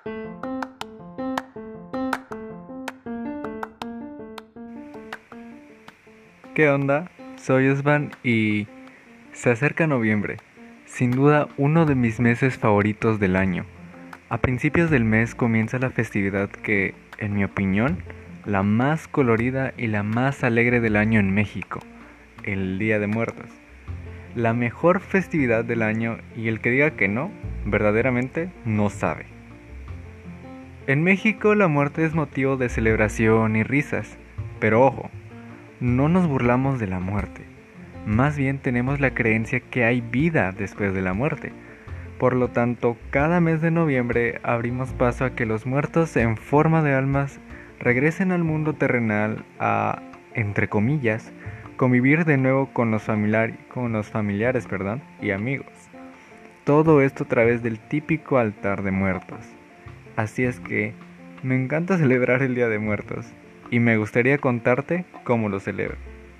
¿Qué onda? Soy Osvan y se acerca noviembre, sin duda uno de mis meses favoritos del año. A principios del mes comienza la festividad que, en mi opinión, la más colorida y la más alegre del año en México, el Día de Muertos. La mejor festividad del año y el que diga que no, verdaderamente no sabe. En México la muerte es motivo de celebración y risas, pero ojo, no nos burlamos de la muerte, más bien tenemos la creencia que hay vida después de la muerte. Por lo tanto, cada mes de noviembre abrimos paso a que los muertos en forma de almas regresen al mundo terrenal a, entre comillas, convivir de nuevo con los familiares y amigos. Todo esto a través del típico altar de muertos. Así es que me encanta celebrar el Día de Muertos y me gustaría contarte cómo lo celebro.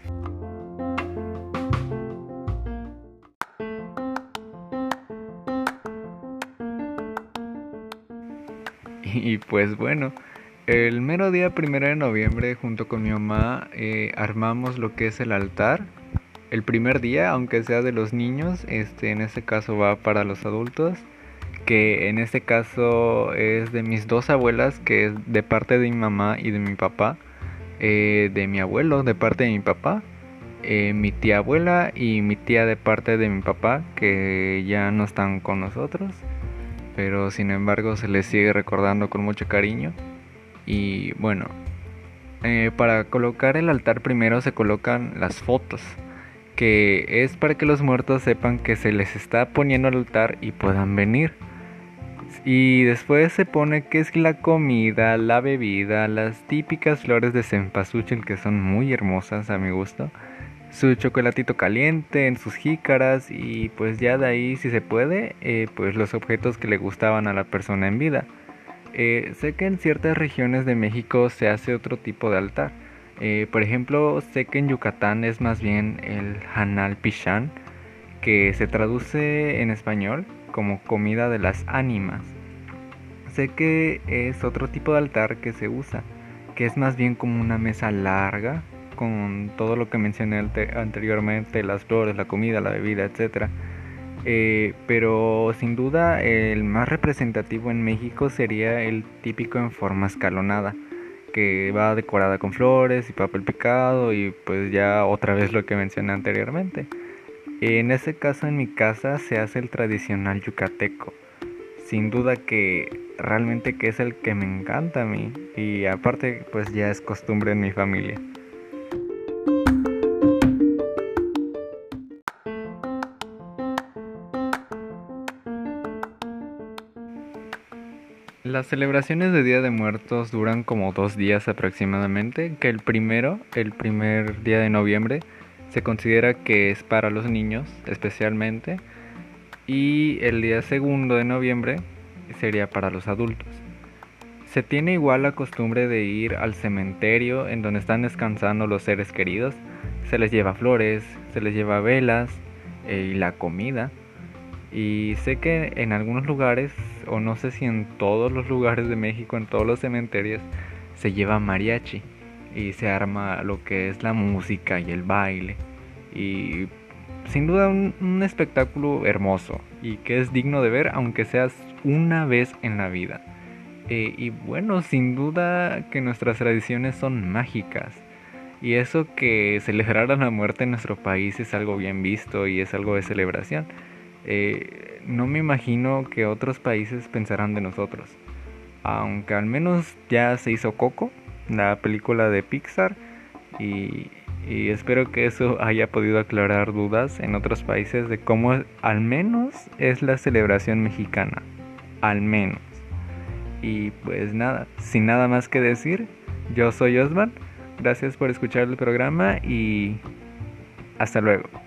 Y pues bueno, el mero día 1 de noviembre junto con mi mamá armamos lo que es el altar. El primer día, aunque sea de los niños, en este caso va para los adultos, que en este caso es de mis dos abuelas, que es de parte de mi mamá y de mi papá, de mi abuelo de parte de mi papá, mi tía abuela y mi tía de parte de mi papá, que ya no están con nosotros, pero sin embargo se les sigue recordando con mucho cariño. Y bueno, para colocar el altar primero se colocan las fotos, que es para que los muertos sepan que se les está poniendo el altar y puedan venir. Y después se pone que es la comida, la bebida, las típicas flores de cempasúchil que son muy hermosas a mi gusto, su chocolatito caliente en sus jícaras y pues ya de ahí si se puede, pues los objetos que le gustaban a la persona en vida. Sé que en ciertas regiones de México se hace otro tipo de altar. Por ejemplo, sé que en Yucatán es más bien el Hanal Pichán, que se traduce en español como comida de las ánimas. Sé que es otro tipo de altar que se usa, que es más bien como una mesa larga, con todo lo que mencioné anteriormente, las flores, la comida, la bebida, etcétera. Pero sin duda el más representativo en México sería el típico en forma escalonada, que va decorada con flores y papel picado y pues ya otra vez lo que mencioné anteriormente. En ese caso en mi casa se hace el tradicional yucateco, sin duda que realmente que es el que me encanta a mí y aparte pues ya es costumbre en mi familia. Las celebraciones de Día de Muertos duran como 2 días aproximadamente, que el primer día de noviembre, se considera que es para los niños especialmente, y el día 2 de noviembre sería para los adultos. Se tiene igual la costumbre de ir al cementerio en donde están descansando los seres queridos, se les lleva flores, se les lleva velas y la comida. Y sé que en algunos lugares, o no sé si en todos los lugares de México, en todos los cementerios, se lleva mariachi y se arma lo que es la música y el baile. Y sin duda un espectáculo hermoso y que es digno de ver aunque seas una vez en la vida. Y bueno, sin duda que nuestras tradiciones son mágicas. Y eso que celebrar a la muerte en nuestro país es algo bien visto y es algo de celebración. No me imagino que otros países pensarán de nosotros. Aunque al menos ya se hizo Coco, la película de Pixar, y, y espero que eso haya podido aclarar dudas en otros países de cómo al menos es la celebración mexicana. Al menos. Y pues nada, sin nada más que decir, yo soy Osman. Gracias por escuchar el programa y hasta luego.